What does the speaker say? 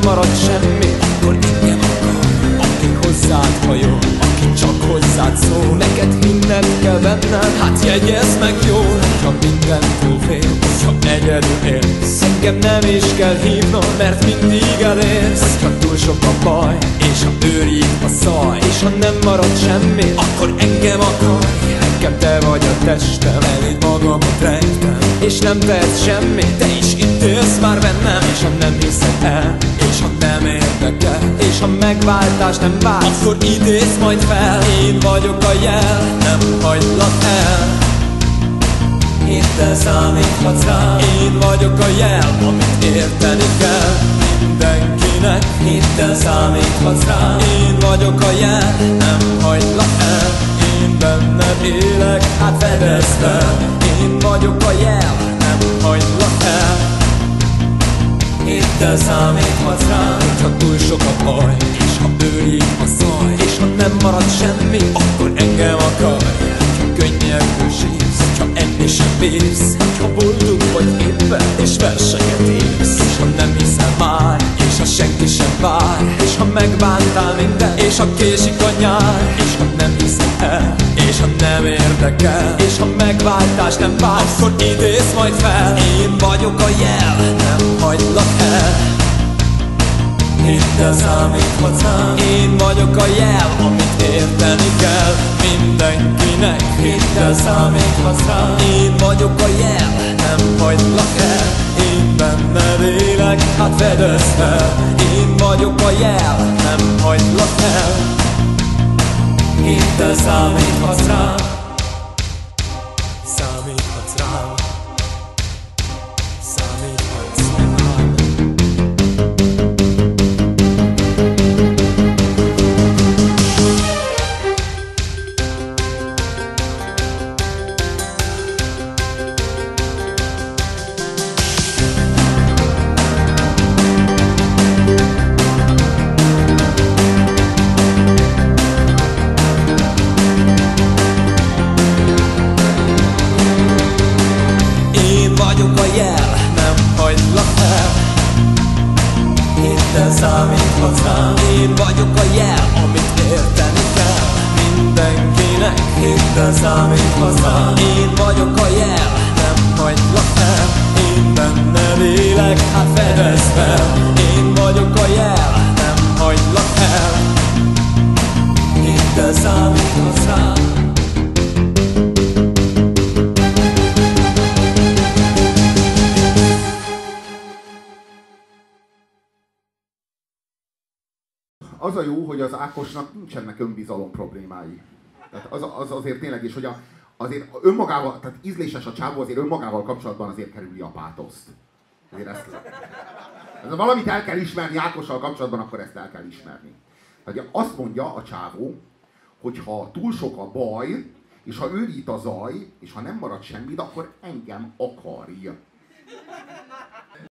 marad semmi, akkor engem akar. Aki hozzád hajol, aki csak hozzád szól. Neked hinned kell bennem, hát jegyezd meg jól. Ha mindentől félsz, ha egyedül élsz, engem nem is kell hívnom, mert mindig elérsz. Ha túl sok a baj, és ha őrít a szaj, és ha nem marad semmi, akkor engem akar. Nekem te vagy a testem, eléd magamat rejtem, és nem tehetsz semmit, te is itt élsz már bennem. És ha nem hiszed el, és ha nem érdekel, és ha megváltást nem vársz, akkor idézz majd fel. Én vagyok a jel, nem hagylak el. Hittel számíthatsz rám. Én vagyok a jel, amit érteni kell mindenkinek. Hittel számíthatsz rám. Én vagyok a jel, nem hagylak el. Én benned élek, hát fedezd fel. Én vagyok a jel, nem hagylak el. Hittel számíthatsz rám. Ha túl sok a baj, és ha őrít a zaj, és ha nem marad semmi, akkor engem akar. Ha könnyekből sírsz, ha enni sem bírsz, ha boldog vagy éppen, és verseket írsz. És ha nem hiszel már, és ha senki sem vár, és ha megbántál minden, és ha késik a nyár, és ha nem hiszed el, és ha nem érdekel, és ha megváltást nem vársz, akkor idézz majd fel. Én vagyok a jel, nem hagylak el. Hittel számíthatsz rám. Én vagyok a jel, amit érteni kell mindenkinek. Hittel számíthatsz rám. Én vagyok a jel, nem hagylak el. Én benned élek, hát fedezd fel. Én vagyok a jel, nem hagylak el. Hittel számíthatsz rám. Számíthatsz rám. Számíthatsz rám. Számíthatsz rám. Én vagyok a jel, amit érteni kell mindenkinek. Hittel számíthatsz rám. Én vagyok a jel, nem hagylak el. Én benned élek, hát fedezd fel. Én vagyok a jel, nem hagylak el. Hittel számíthatsz rám. Az a jó, hogy az Ákosnak nincsenek önbizalom problémái. Tehát az azért tényleg is, hogy azért önmagával, tehát ízléses a csávó, azért önmagával kapcsolatban azért kerüli a pátoszt. Azért ezt, valamit el kell ismerni Ákossal kapcsolatban, akkor ezt el kell ismerni. Tehát azt mondja a csávó, hogy ha túl sok a baj, és ha őrít a zaj, és ha nem marad semmi, akkor engem akarja.